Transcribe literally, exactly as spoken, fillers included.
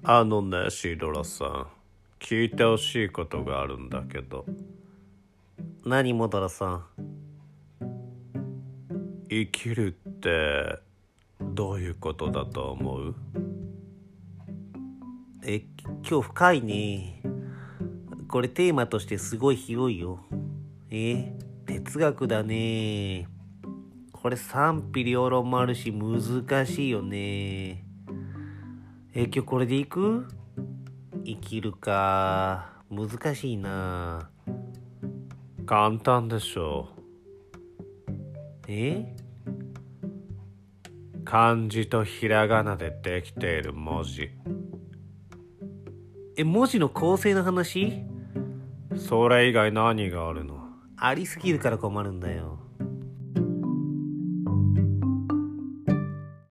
あのね、シードラさん、聞いてほしいことがあるんだけど。 何もドラさん。 生きるってどういうことだと思う？ え、今日深いね。これテーマとしてすごい広いよ。え、哲学だね。これ賛否両論もあるし難しいよね。え、今日これでいく？生きるか。難しいな。 簡単でしょう。え漢字とひらがなでできている文字。 え、文字の構成の話？ それ以外何があるの？ ありすぎるから困るんだよ。